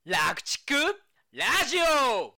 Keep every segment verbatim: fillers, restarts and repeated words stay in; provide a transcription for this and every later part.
楽畜ラジオ。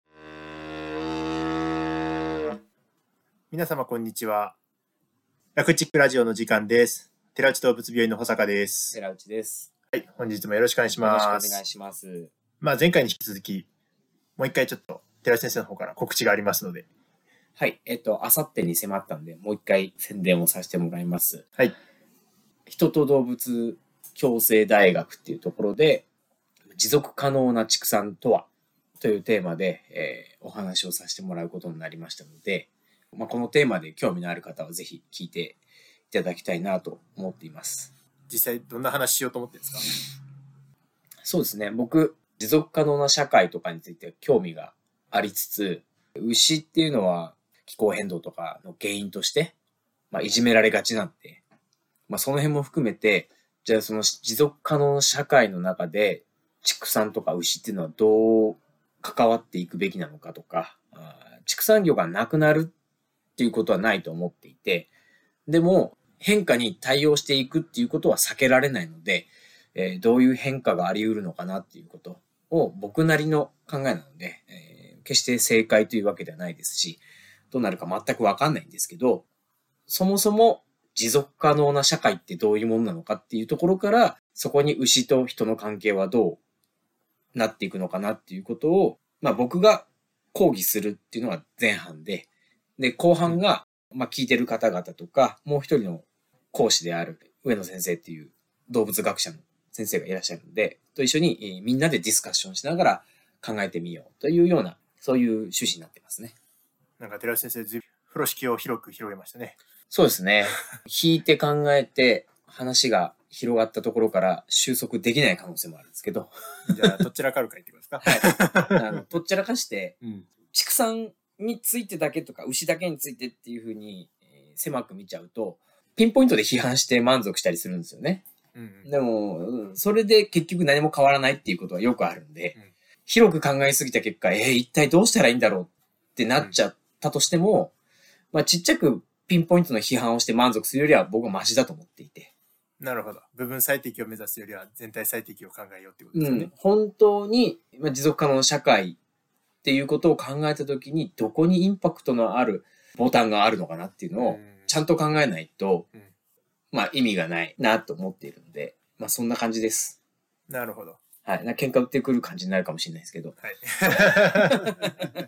皆様こんにちは。楽畜ラジオの時間です。寺内動物病院の保坂です。 寺内です。 はい、本日もよろしくお願いします。 よろしくお願いします。 まあ前回に引き続きもう一回ちょっと寺内先生の方から告知がありますので。 はい、えっとあさってに迫ったんでもう一回宣伝をさせてもらいます。 はい。 人と動物共生大学っていうところで持続可能な畜産とはというテーマで、えー、お話をさせてもらうことになりましたので、まあ、このテーマで興味のある方はぜひ聞いていただきたいなと思っています。 実際どんな話しようと思ってるんですか？ そうですね、僕持続可能な社会とかについて興味がありつつ、牛っていうのは気候変動とかの原因として、まあ、いじめられがちなんで、まあ、その辺も含めて、じゃあその持続可能な社会の中で畜産とか牛っていうのはどう関わっていくべきなのかとか、畜産業がなくなるっていうことはないと思っていて、でも変化に対応していくっていうことは避けられないので、えー、どういう変化があり得るのかなっていうことを僕なりの考えなので、えー、決して正解というわけではないですし、どうなるか全くわかんないんですけど、そもそも持続可能な社会ってどういうものなのかっていうところから、そこに牛と人の関係はどうなっていくのかなっていうことを、まあ僕が講義するっていうのが前半で、で、後半が、まあ聞いてる方々とか、もう一人の講師である上野先生っていう動物学者の先生がいらっしゃるので、と一緒に、えー、みんなでディスカッションしながら考えてみようというような、そういう趣旨になってますね。 なんか寺内先生、風呂敷を広く広げましたね。 そうですね。聞いて考えて話が広がったところから収束できない可能性もあるんですけど。 じゃあ、どちらからか言ってください。 はい。あの、どっちらかして、 うん、 畜産についてだけとか、牛だけについてっていうふうに、えー、狭く見ちゃうと、ピンポイントで批判して満足したりするんですよね。 うんうん、 でも、それで結局何も変わらないっていうことはよくあるんで、うん、広く考えすぎた結果、えー、一体どうしたらいいんだろうってなっちゃったとしても、うん、まあ、ちっちゃくピンポイントの批判をして満足するよりは僕はマシだと思っていて。 なるほど。部分最適を目指すよりは全体最適を考えようってことですよね。 うん、本当に持続可能な社会っていうことを考えたときに、どこにインパクトのあるボタンがあるのかなっていうのをちゃんと考えないと、うん、まあ意味がないなと思っているので、まあそんな感じです。 なるほど。 はい。なんか喧嘩売ってくる感じになるかもしれないですけど。 はい。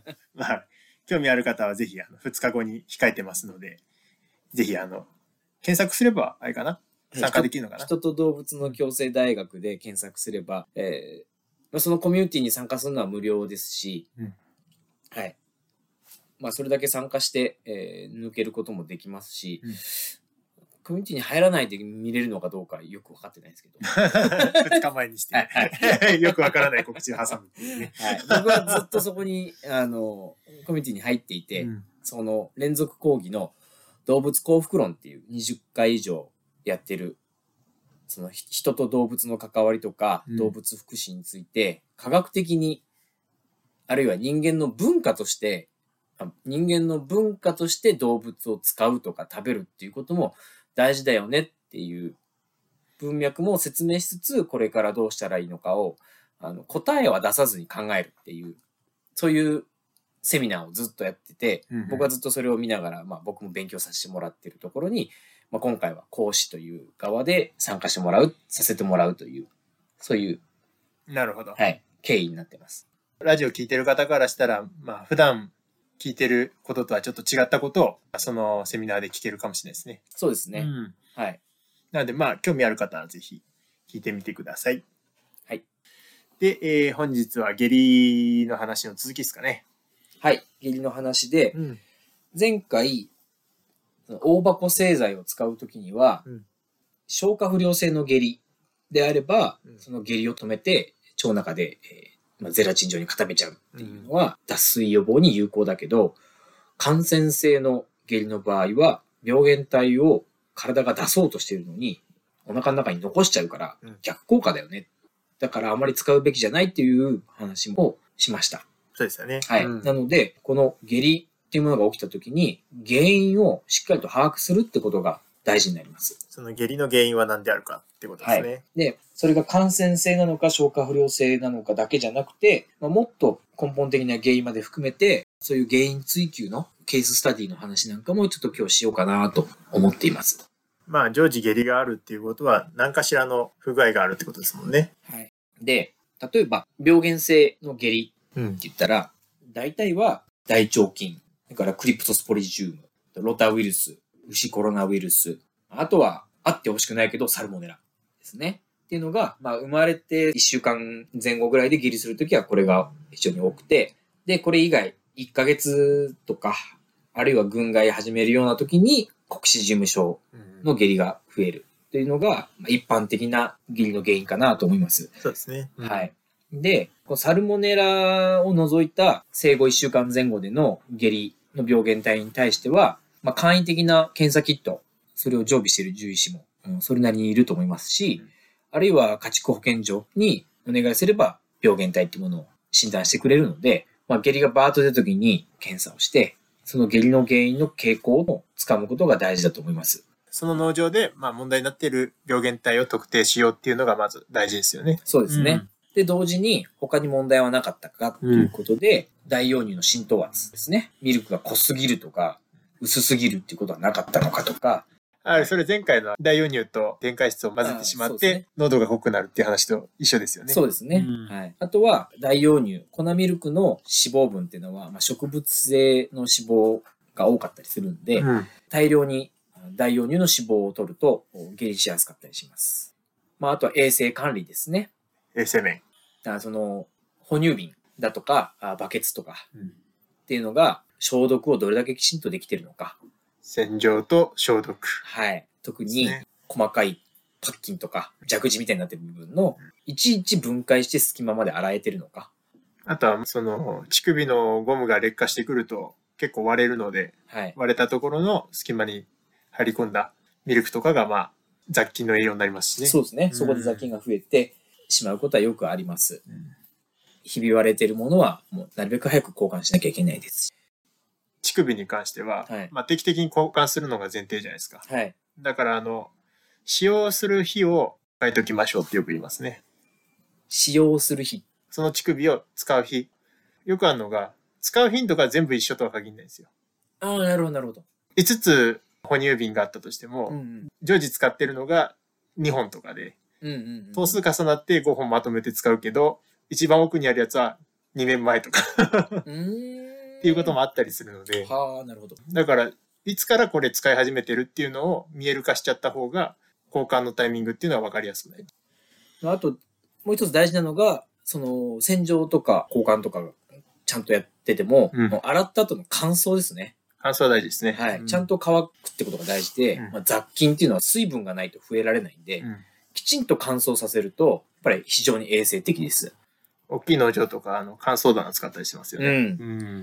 まあ、興味ある方はぜひあのふつかごに控えてますので、ぜひあの、検索すればあれかな、参加できるのかな。 人と動物の共生大学で検索すれば、えーまあ、そのコミュニティに参加するのは無料ですし、うん、はい。まあそれだけ参加して、えー、抜けることもできますし、うん、コミュニティに入らないで見れるのかどうかよく分かってないですけど。 ふつかまえにして、はい、よくわからない告知を挟むっていうね。 はい。僕はずっとそこに、あの、コミュニティに入っていて、うん、その連続講義の動物幸福論っていうにじゅっかい以上やってる、その人と動物の関わりとか動物福祉について科学的に、あるいは人間の文化として、人間の文化として動物を使うとか食べるっていうことも大事だよねっていう文脈も説明しつつ、これからどうしたらいいのかをあの答えは出さずに考えるっていう、そういうセミナーをずっとやってて、うんうん、僕はずっとそれを見ながら、まあ、僕も勉強させてもらっているところに、まあ、今回は講師という側で参加してもらう、させてもらうという、そういう、 なるほど。 はい、経緯になってます。 ラジオ聞いてる方からしたら、まあ、普段聞いてることとはちょっと違ったことを、そのセミナーで聞けるかもしれないですね。 そうですね。 うん、 はい。 なので、まあ、興味ある方はぜひ聞いてみてください。 はい。 で、えー、本日は下痢の話の続きですかね。 はい。下痢の話で、 うん、 前回、大箱製剤を使うときには、うん、消化不良性の下痢であれば、うん、その下痢を止めて腸の中で、えーまあ、ゼラチン状に固めちゃうっていうのは、うん、脱水予防に有効だけど、感染性の下痢の場合は病原体を体が出そうとしているのにお腹の中に残しちゃうから逆効果だよね、うん、だからあまり使うべきじゃないっていう話もしました。 そうですよね。 はい。うん、なのでこの下痢っていうものが起きたときに原因をしっかりと把握するってことが大大事になります。 その下痢の原因は何であるかってことですね。 はい。で、それが感染性なのか消化不良性なのかだけじゃなくて、まあ、もっと根本的な原因まで含めて、そういう原因追求のケーススタディの話なんかもちょっと今日しようかなと思っています。 まあ、常時下痢があるっていうことは、何かしらの不具合があるってことですもんね。 はい。で、例えば、病原性の下痢って言ったら、うん、大体は大腸菌、それからクリプトスポリジウム、ロタウイルス、牛コロナウイルス、あとはあってほしくないけどサルモネラですね。っていうのが、まあ、生まれていっしゅうかんぜん後ぐらいで下痢するときはこれが非常に多くて、で、これ以外、いっかげつとか、あるいは軍外始めるようなときに、コクシジウム症の下痢が増えるというのが、まあ、一般的な下痢の原因かなと思います。 そうですね。 うん、はい。で、このサルモネラを除いた生後いっしゅうかんぜん後での下痢の病原体に対しては、まあ、簡易的な検査キット、それを常備している獣医師も、うん、それなりにいると思いますし、うん、あるいは家畜保健所にお願いすれば病原体っていうものを診断してくれるので、まあ、下痢がバーッと出た時に検査をして、その下痢の原因の傾向をつかむことが大事だと思います。 その農場で、まあ、問題になっている病原体を特定しようっていうのがまず大事ですよね。 そうですね。うん、で、同時に他に問題はなかったかということで、うん、大容乳の浸透圧ですね。ミルクが濃すぎるとか、薄すぎるっていうことはなかったのかとか。 あ、それ前回の大容乳と電解質を混ぜてしまって、ね、濃度が濃くなるっていう話と一緒ですよね。 そうですね。うん、はい。あとは、大容乳、粉ミルクの脂肪分っていうのは、まあ、植物性の脂肪が多かったりするんで、うん、大量に大容乳の脂肪を取ると下痢しやすかったりします。まあ、あとは衛生管理ですね。 衛生面。 だからその、哺乳瓶だとか、バケツとかっていうのが、消毒をどれだけきちんとできているのか。 洗浄と消毒。 はい。特に細かいパッキンとか蛇口みたいになってる部分のいちいち分解して隙間まで洗えてるのか。 あとはその乳首のゴムが劣化してくると結構割れるので、はい、割れたところの隙間に入り込んだミルクとかがまあ雑菌の栄養になりますしね。 そうですね。そこで雑菌が増えてしまうことはよくあります。うん、ひび割れてるものはもうなるべく早く交換しなきゃいけないですし。 乳首に関しては、はい、まあ、定期的に交換するのが前提じゃないですか。はい、だからあの使用する日を書いておきましょうってよく言いますね。 使用する日。 その乳首を使う日。よくあるのが使う頻度が全部一緒とは限らないんですよ。 ああ、なるほどなるほど。 いつつ哺乳瓶があったとしても、うんうん、常時使ってるのがにほんとかで、うんうんうん、頭数重なってごほんまとめて使うけど、一番奥にあるやつはにねんまえとかうーんっていうこともあったりするので、 はあ、なるほど。 だからいつからこれ使い始めてるっていうのを見える化しちゃった方が交換のタイミングっていうのは分かりやすくない。 あともう一つ大事なのが、その洗浄とか交換とかちゃんとやってても、うん、もう洗った後の乾燥ですね。 乾燥は大事ですね。 はい、うん、ちゃんと乾くってことが大事で、うんまあ、雑菌っていうのは水分がないと増えられないんで、うん、きちんと乾燥させるとやっぱり非常に衛生的です。 大きい農場とかあの乾燥棚使ったりしますよね、うんうん。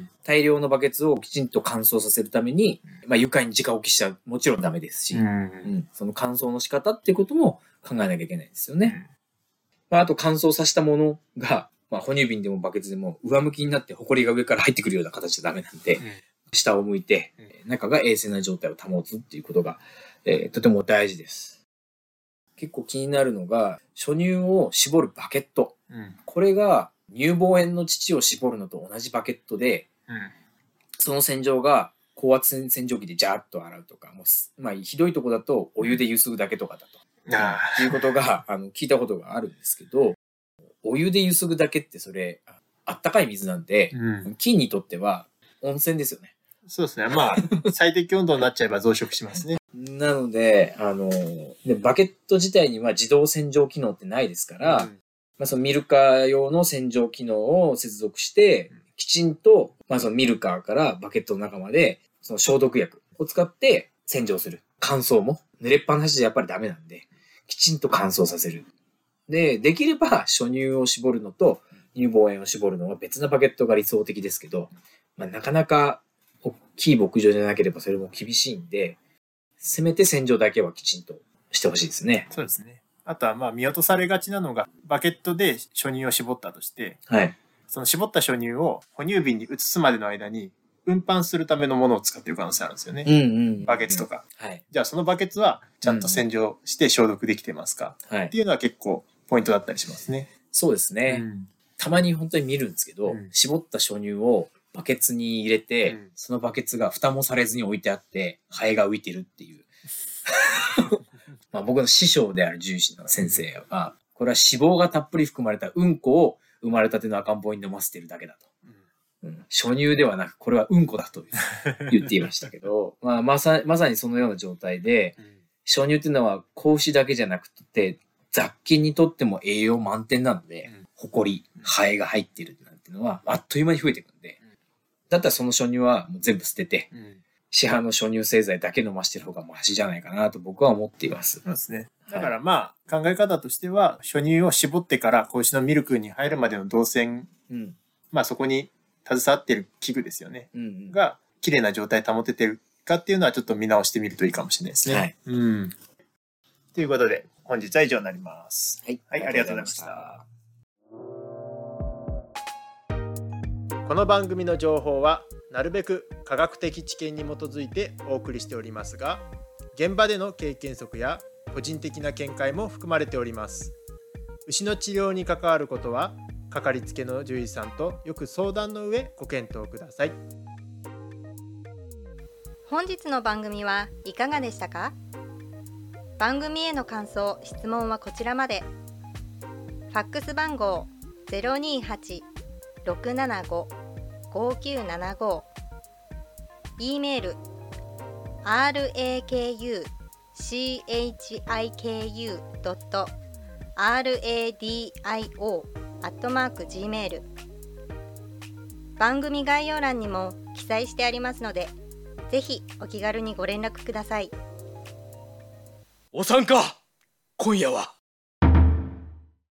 大量のバケツをきちんと乾燥させるために、まあ、床に直置きしちゃうもちろんダメですし、うんうん、その乾燥の仕方っていうことも考えなきゃいけないですよね。うんまあ、あと乾燥させたものが、まあ、哺乳瓶でもバケツでも上向きになってホコリが上から入ってくるような形じゃダメなんで、うん、下を向いて中が衛生な状態を保つっていうことが、えー、とても大事です。結構気になるのが初乳を絞るバケット、うん、これが乳房炎の乳を絞るのと同じバケットで、うん、その洗浄が高圧洗浄機でジャーッと洗うとかもう、まあ、ひどいとこだとお湯でゆすぐだけとかだと、うん、っていうことがあの聞いたことがあるんですけど、お湯でゆすぐだけってそれあったかい水なんで、うん、菌にとっては温泉ですよね。 そうですね。まあ最適温度になっちゃえば増殖しますね。 なのであのでバケット自体には自動洗浄機能ってないですから、うんまあ、そのミルカー用の洗浄機能を接続してきちんと、まあ、そのミルカーからバケットの中までその消毒薬を使って洗浄する。乾燥も濡れっぱなしじゃやっぱりダメなんできちんと乾燥させる。でできれば初乳を絞るのと乳房炎を絞るのは別なバケットが理想的ですけど、まあ、なかなか大きい牧場じゃなければそれも厳しいんで、せめて洗浄だけはきちんとしてほしいですね。 そうですね。あとはまあ見落とされがちなのがバケットで初乳を絞ったとして、はい、その絞った初乳を哺乳瓶に移すまでの間に運搬するためのものを使っている可能性あるんですよね。 うんうん、 バケツとか、 はい。 じゃあそのバケツはちゃんと洗浄して消毒できてますか、うん、っていうのは結構ポイントだったりしますね。 そうですね。うん、たまに本当に見るんですけど、うん、絞った初乳をバケツに入れて、うん、そのバケツが蓋もされずに置いてあって、ハエが浮いてるっていう。まあ僕の師匠である獣医師の先生が、これは脂肪がたっぷり含まれたうんこを生まれたての赤ん坊に飲ませてるだけだと。うん、初乳ではなく、これはうんこだと言っていましたけど、まあ、まさ、まさにそのような状態で、うん、初乳っていうのは子牛だけじゃなくて、雑菌にとっても栄養満点なので、うん、ホコリ、ハエが入ってるなんていうのは、あっという間に増えていくんで、うん、だったらその初乳はもう全部捨てて、うん、市販の初乳製剤だけ飲ましてる方がマシじゃないかなと僕は思っています。 そうですね。だからまあ、考え方としては、初乳を絞ってから子牛のミルクに入るまでの動線、うん、まあそこに携わってる器具ですよね、うんうん、が綺麗な状態保ててるかっていうのはちょっと見直してみるといいかもしれないですね。はい、うん。ということで本日は以上になります。はい、はい、ありがとうございました。この番組の情報はなるべく科学的知見に基づいてお送りしておりますが、現場での経験則や個人的な見解も含まれております。牛の治療に関わることはかかりつけの獣医さんとよく相談の上ご検討ください。 本日の番組はいかがでしたか？番組への感想・質問はこちらまで。ファックス番号 ゼロにはち ろくななご ごきゅうななご、 E メール アールエーケーユーシーエイチアイケーユー ドット アールエーディーアイオー アットマーク ジーメール、 番組概要欄にも記載してありますので、ぜひお気軽にご連絡ください。 お参加、今夜は